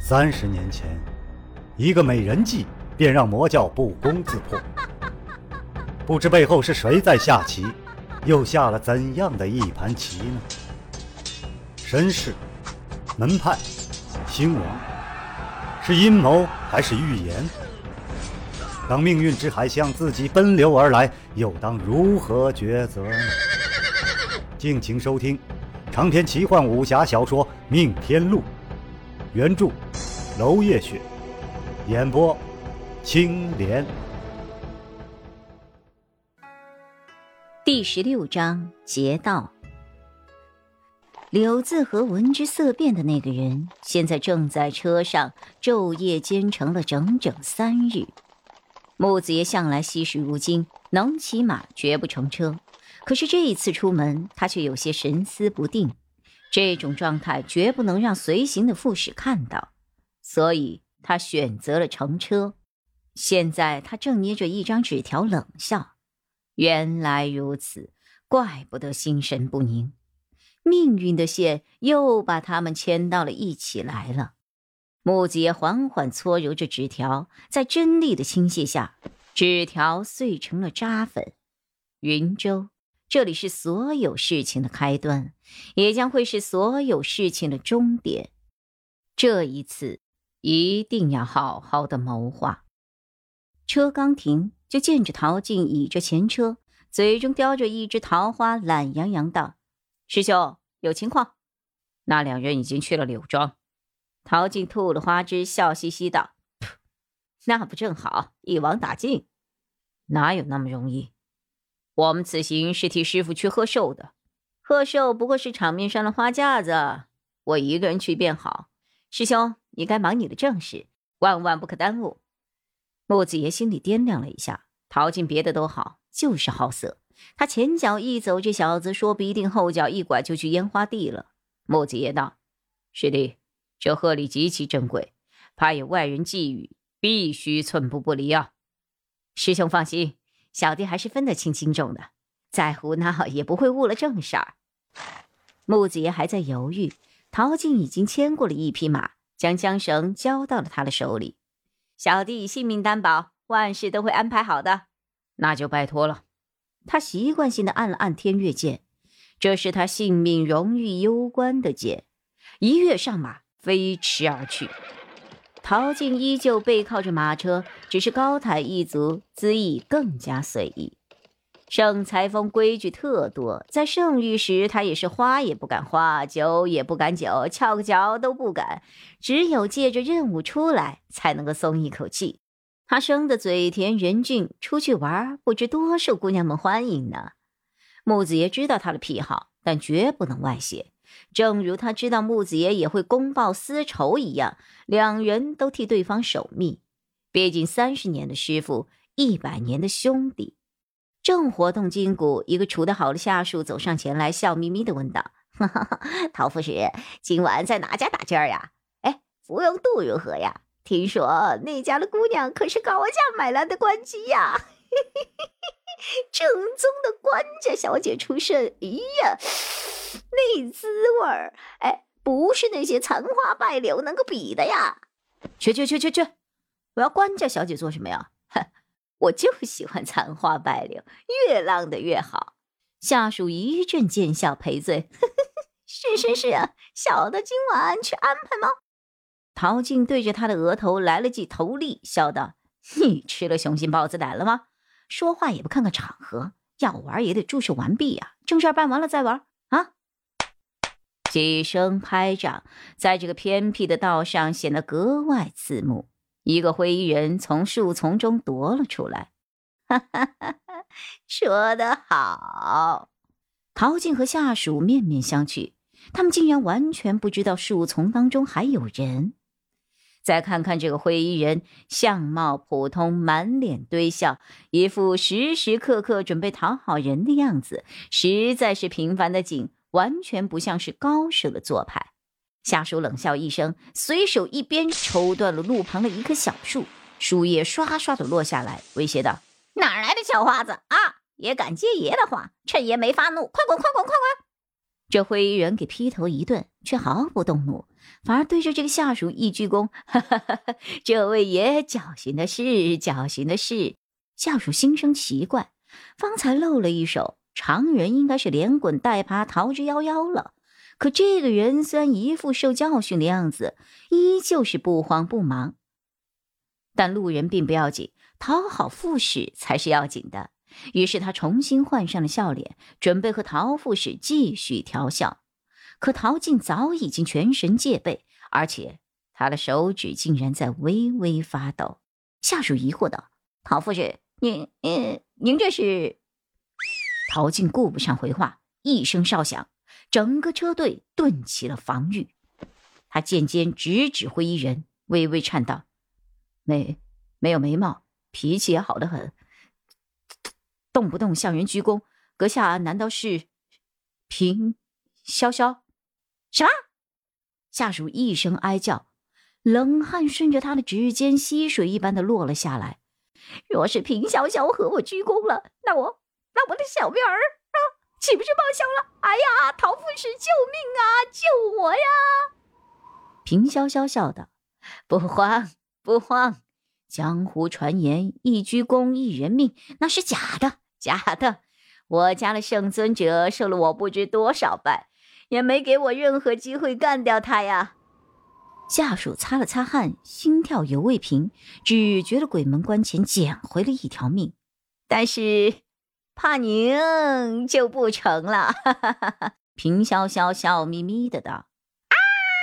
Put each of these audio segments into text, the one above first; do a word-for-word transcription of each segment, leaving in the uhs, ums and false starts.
三十年前，一个美人计便让魔教不攻自破。不知背后是谁在下棋，又下了怎样的一盘棋呢？身世、门派、兴亡，是阴谋还是预言？当命运之海向自己奔流而来，又当如何抉择呢？敬请收听长篇奇幻武侠小说《命天录》，原著娄烨雪，演播青莲。 第十六章劫道。柳字和闻之色变的那个人，现在正在车上昼夜兼程了整整三日。木子爷向来惜时如金，能骑马绝不乘车，可是这一次出门，他却有些神思不定。这种状态绝不能让随行的副使看到，所以他选择了乘车。现在他正捏着一张纸条冷笑，原来如此，怪不得心神不宁。命运的线又把他们牵到了一起来了。木子爷缓缓搓揉着纸条，在针力的倾泻下，纸条碎成了渣粉。云州，这里是所有事情的开端，也将会是所有事情的终点。这一次一定要好好的谋划。车刚停，就见着陶静倚着前车，嘴中叼着一枝桃花，懒洋洋道：师兄，有情况。那两人已经去了柳庄。陶静吐了花枝，笑嘻嘻道：那不正好，一网打尽。哪有那么容易？我们此行是替师父去贺寿的，贺寿不过是场面上的花架子，我一个人去便好。师兄，你该忙你的正事，万万不可耽误。木子爷心里掂量了一下，陶静别的都好，就是好色。他前脚一走，这小子说不一定后脚一拐就去烟花地了。木子爷道：师弟，这贺礼极其珍贵，怕有外人觊觎，必须寸步不离啊。师兄放心，小弟还是分得清轻重的，再胡闹也不会误了正事儿。木子爷还在犹豫，陶静已经牵过了一匹马，将缰绳交到了他的手里。小弟以性命担保，万事都会安排好的。那就拜托了。他习惯性的按了按天月剑，这是他性命荣誉攸关的剑。一跃上马，飞驰而去。陶静依旧背靠着马车，只是高抬一足，姿意更加随意。盛裁缝规矩特多，在圣域时他也是花也不敢花，酒也不敢酒，翘个脚都不敢，只有借着任务出来才能够松一口气。他生得嘴甜人俊，出去玩不知多受姑娘们欢迎呢。木子爷知道他的癖好，但绝不能外泄，正如他知道木子爷也会公报私仇一样，两人都替对方守密。毕竟三十年的师傅，一百年的兄弟。正活动筋骨，一个处得好的下属走上前来，笑眯眯地问道：陶副使，今晚在哪家打尖呀？哎，芙蓉渡如何呀？听说那家的姑娘可是高价买来的官姬呀，正宗的官家小姐出身。哎呀，那滋味儿，哎，不是那些残花败柳能够比的呀！去去去去去，我要官家小姐做什么呀？哼，我就喜欢残花败柳，越浪的越好。下属一阵贱笑赔罪，是是是啊，小的今晚去安排吗？陶静对着他的额头来了记头力，笑道：你吃了雄心豹子胆了吗？说话也不看看场合，要玩也得注释完毕啊，正事办完了再玩啊！几声拍掌在这个偏僻的道上显得格外刺目。一个灰衣人从树丛中夺了出来，哈哈哈哈，说得好。陶静和下属面面相觑，他们竟然完全不知道树丛当中还有人。再看看这个灰衣人，相貌普通，满脸堆笑，一副时时刻刻准备讨好人的样子，实在是平凡的紧，完全不像是高手的做派。下属冷笑一声，随手一鞭抽断了路旁的一棵小树，树叶刷刷的落下来，威胁道：哪来的小花子啊，也敢接爷的话，趁爷没发怒，快滚快滚快滚！ 这灰衣人给劈头一顿，却毫不动怒，反而对着这个下属一鞠躬：“哈哈哈哈，这位爷教训的是，教训的是。”下属心生奇怪，方才露了一手，常人应该是连滚带爬逃之夭夭了，可这个人虽然一副受教训的样子，依旧是不慌不忙。但路人并不要紧，讨好副使才是要紧的。于是他重新换上了笑脸，准备和陶副使继续调笑。可陶静早已经全神戒备，而且他的手指竟然在微微发抖。下属疑惑道：“陶副使，您您您这是？”陶静顾不上回话，一声哨响，整个车队顿起了防御。他剑尖直指灰衣人，微微颤道：“没没有眉毛，脾气也好得很，动不动向人鞠躬，阁下难道是平潇潇？”什么？下属一声哀叫，冷汗顺着他的指尖溪水一般的落了下来。若是平潇潇和我鞠躬了，那我那我的小辫儿啊，岂不是报销了？哎呀，陶副使，救命啊，救我呀！平潇潇笑道：“不慌不慌，江湖传言一鞠躬一人命，那是假的假的。我家的圣尊者受了我不知多少拜，也没给我任何机会干掉他呀。”下属擦了擦汗，心跳犹未平，只觉得鬼门关前捡回了一条命，但是怕您就不成了。哈哈哈哈。平潇潇笑眯眯的道：“啊！”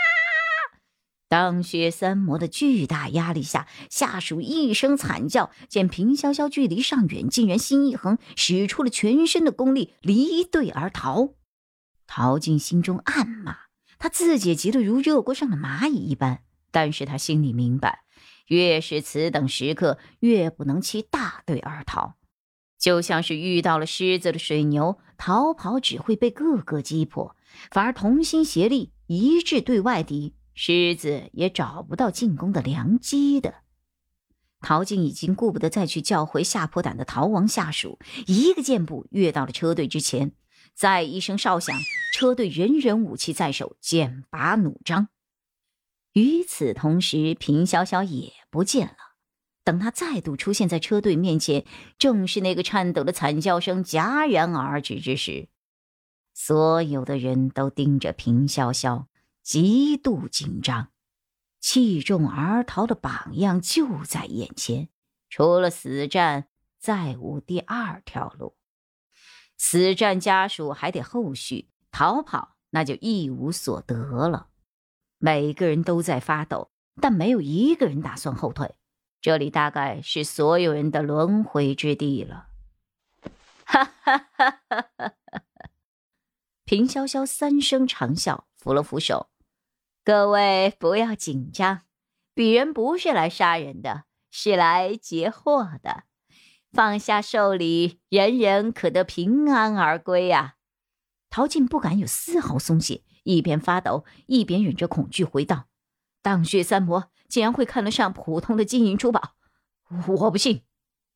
当血三魔的巨大压力下，下属一声惨叫，见平潇潇距离尚远，竟然心一横，使出了全身的功力，离队而逃。陶静心中暗骂，他自己急得如热锅上的蚂蚁一般，但是他心里明白，越是此等时刻，越不能弃大队而逃。就像是遇到了狮子的水牛，逃跑只会被个个击破，反而同心协力，一致对外敌，狮子也找不到进攻的良机的。陶静已经顾不得再去叫回吓破胆的逃亡下属，一个箭步跃到了车队之前，再一声哨响，车队人人武器在手，剑拔弩张。与此同时，平潇潇也不见了。等他再度出现在车队面前，正是那个颤抖的惨叫声戛然而止之时，所有的人都盯着平潇潇，极度紧张。弃众而逃的榜样就在眼前，除了死战，再无第二条路。死战家属还得后续，逃跑那就一无所得了。每个人都在发抖，但没有一个人打算后退。这里大概是所有人的轮回之地了。哈哈哈哈哈！平潇潇三声长啸，扶了扶手：“各位不要紧张，鄙人不是来杀人的，是来劫货的。放下寿礼，人人可得平安而归啊！”陶静不敢有丝毫松懈，一边发抖，一边忍着恐惧回道：“荡血三魔竟然会看得上普通的金银珠宝，我不信。”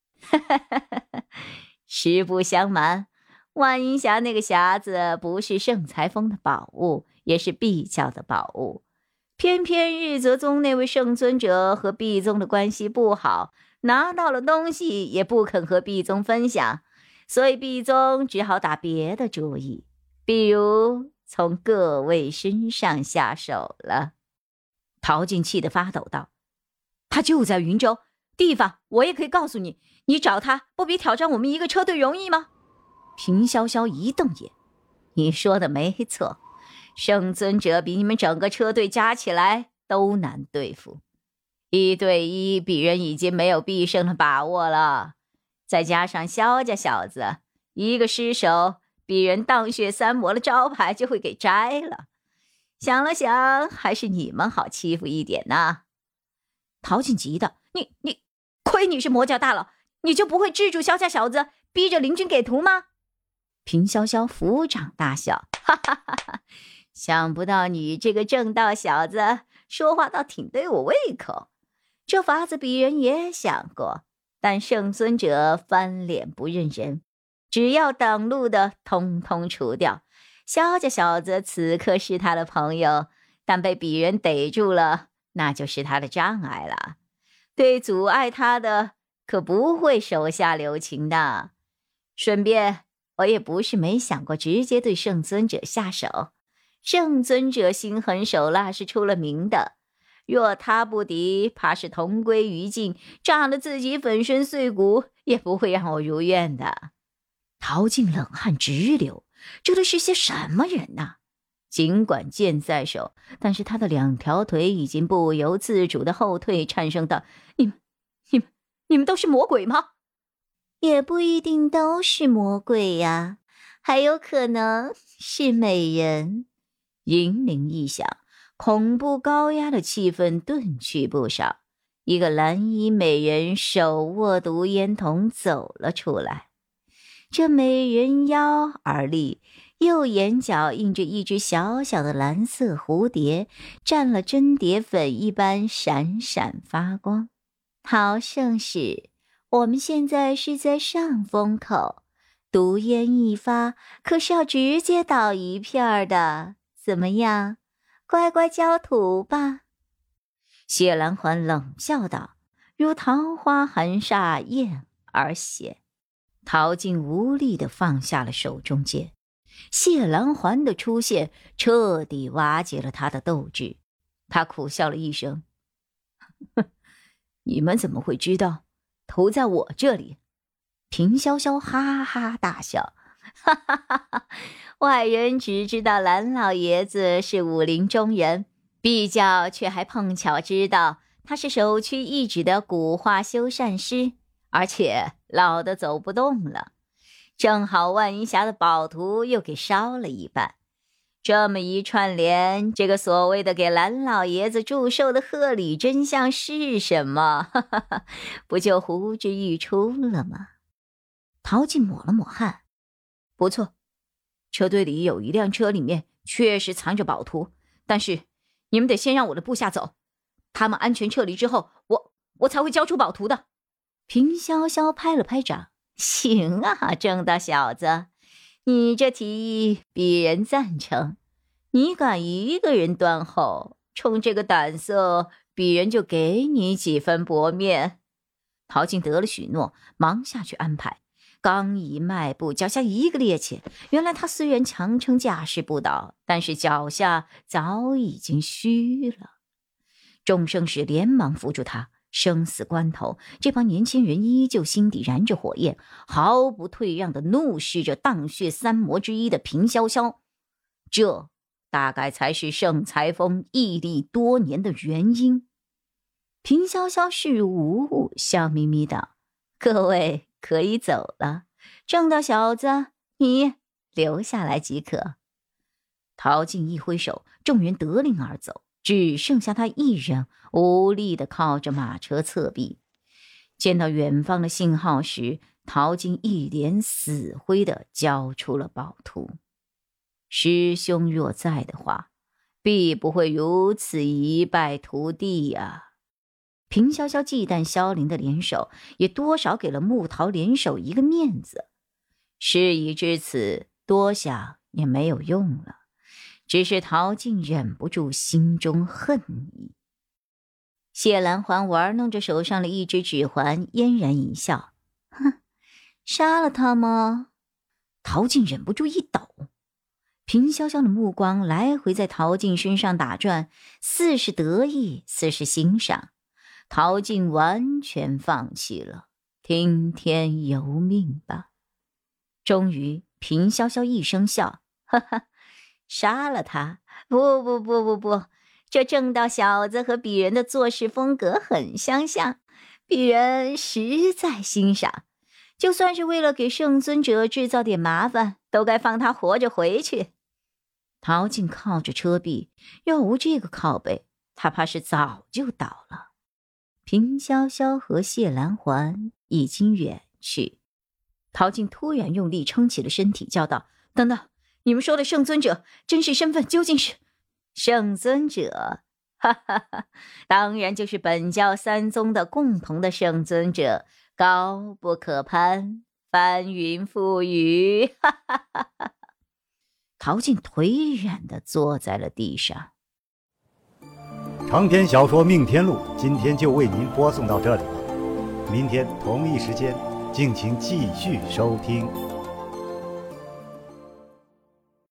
实不相瞒，万阴峡那个匣子不是圣裁峰的宝物，也是碧教的宝物。偏偏日泽宗那位圣尊者和碧宗的关系不好，拿到了东西也不肯和碧宗分享，所以碧宗只好打别的主意，比如从各位身上下手了。陶静气得发抖道：“他就在云州，地方我也可以告诉你，你找他不比挑战我们一个车队容易吗？”平潇潇一瞪眼：“你说的没错，圣尊者比你们整个车队加起来都难对付，一对一鄙人已经没有必胜的把握了，再加上萧家小子一个失手，鄙人荡血三魔的招牌就会给摘了。想了想，还是你们好欺负一点呐。”陶静急的：“你你，亏你是魔教大佬，你就不会制住萧家小子，逼着灵君给图吗？”平潇潇抚掌大笑：“哈哈哈哈！想不到你这个正道小子说话倒挺对我胃口。这法子鄙人也想过，但圣尊者翻脸不认人，只要挡路的通通除掉。 萧家小子此刻是他的朋友，但被鄙人逮住了，那就是他的障碍了。对阻碍他的，可不会手下留情的。顺便，我也不是没想过直接对圣尊者下手。圣尊者心狠手辣是出了名的，若他不敌，怕是同归于尽，炸了自己粉身碎骨，也不会让我如愿的。陶静冷汗直流，这都是些什么人呐、啊？尽管剑在手，但是他的两条腿已经不由自主的后退，颤声道：“你们、你们、你们都是魔鬼吗？”也不一定都是魔鬼呀，还有可能是美人。银铃一响，恐怖高压的气氛顿去不少。一个蓝衣美人手握毒烟筒走了出来，这美人腰而立，右眼角印着一只小小的蓝色蝴蝶，蘸了真蝶粉一般闪闪发光。陶圣使，我们现在是在上风口，毒烟一发，可是要直接倒一片的，怎么样？乖乖交土吧。谢兰环冷笑道，如桃花含煞，艳而邪。陶静无力地放下了手中剑。谢兰环的出现彻底瓦解了他的斗志。他苦笑了一声，你们怎么会知道投在我这里？平潇潇哈哈大笑，哈哈哈哈，外人只知道蓝老爷子是武林中人，比较却还碰巧知道他是首屈一指的古画修缮师，而且老得走不动了，正好万银匣的宝图又给烧了一半。这么一串联，这个所谓的给蓝老爷子祝寿的贺礼真相是什么？哈哈哈，不就呼之欲出了吗？陶静抹了抹汗，不错，车队里有一辆车，里面确实藏着宝图，但是你们得先让我的部下走，他们安全撤离之后，我我才会交出宝图的。平潇潇拍了拍掌，行啊，郑大小子，你这提议鄙人赞成，你敢一个人断后，冲这个胆色，鄙人就给你几分薄面。陶静得了许诺，忙下去安排。刚一迈步，脚下一个趔趄，原来他虽然强撑架势不倒，但是脚下早已经虚了。众圣使连忙扶住他，生死关头，这帮年轻人依旧心底燃着火焰，毫不退让地怒视着荡血三魔之一的平潇潇。这大概才是盛裁缝屹立多年的原因。平潇潇视如无物，笑眯眯道：“各位可以走了，郑大小子，你留下来即可。”陶静一挥手，众人得令而走，只剩下他一人无力地靠着马车侧壁。见到远方的信号时，陶静一脸死灰地交出了宝图。师兄若在的话，必不会如此一败涂地啊。平潇潇忌惮萧凌的联手，也多少给了木桃联手一个面子。事已至此，多想也没有用了，只是陶静忍不住心中恨意。谢兰环玩弄着手上的一只指环，嫣然一笑：“哼，杀了他吗？”陶静忍不住一抖。平潇潇的目光来回在陶静身上打转，似是得意，似是欣赏。陶静完全放弃了，听天由命吧。终于平潇潇一声笑，哈哈，杀了他？不不不不不，这正道小子和鄙人的做事风格很相像，鄙人实在欣赏，就算是为了给圣尊者制造点麻烦，都该放他活着回去。陶静靠着车壁，要无这个靠背，他怕是早就倒了。平潇潇和谢兰环已经远去。陶静突然用力撑起了身体，叫道：“等等，你们说的圣尊者真实身份究竟是？”圣尊者，哈哈哈，当然就是本教三宗的共同的圣尊者，高不可攀，翻云覆雨，哈哈哈哈。 陶静颓然地坐在了地上。 长篇小说《命天录》今天就为您播送到这里了，明天同一时间敬请继续收听。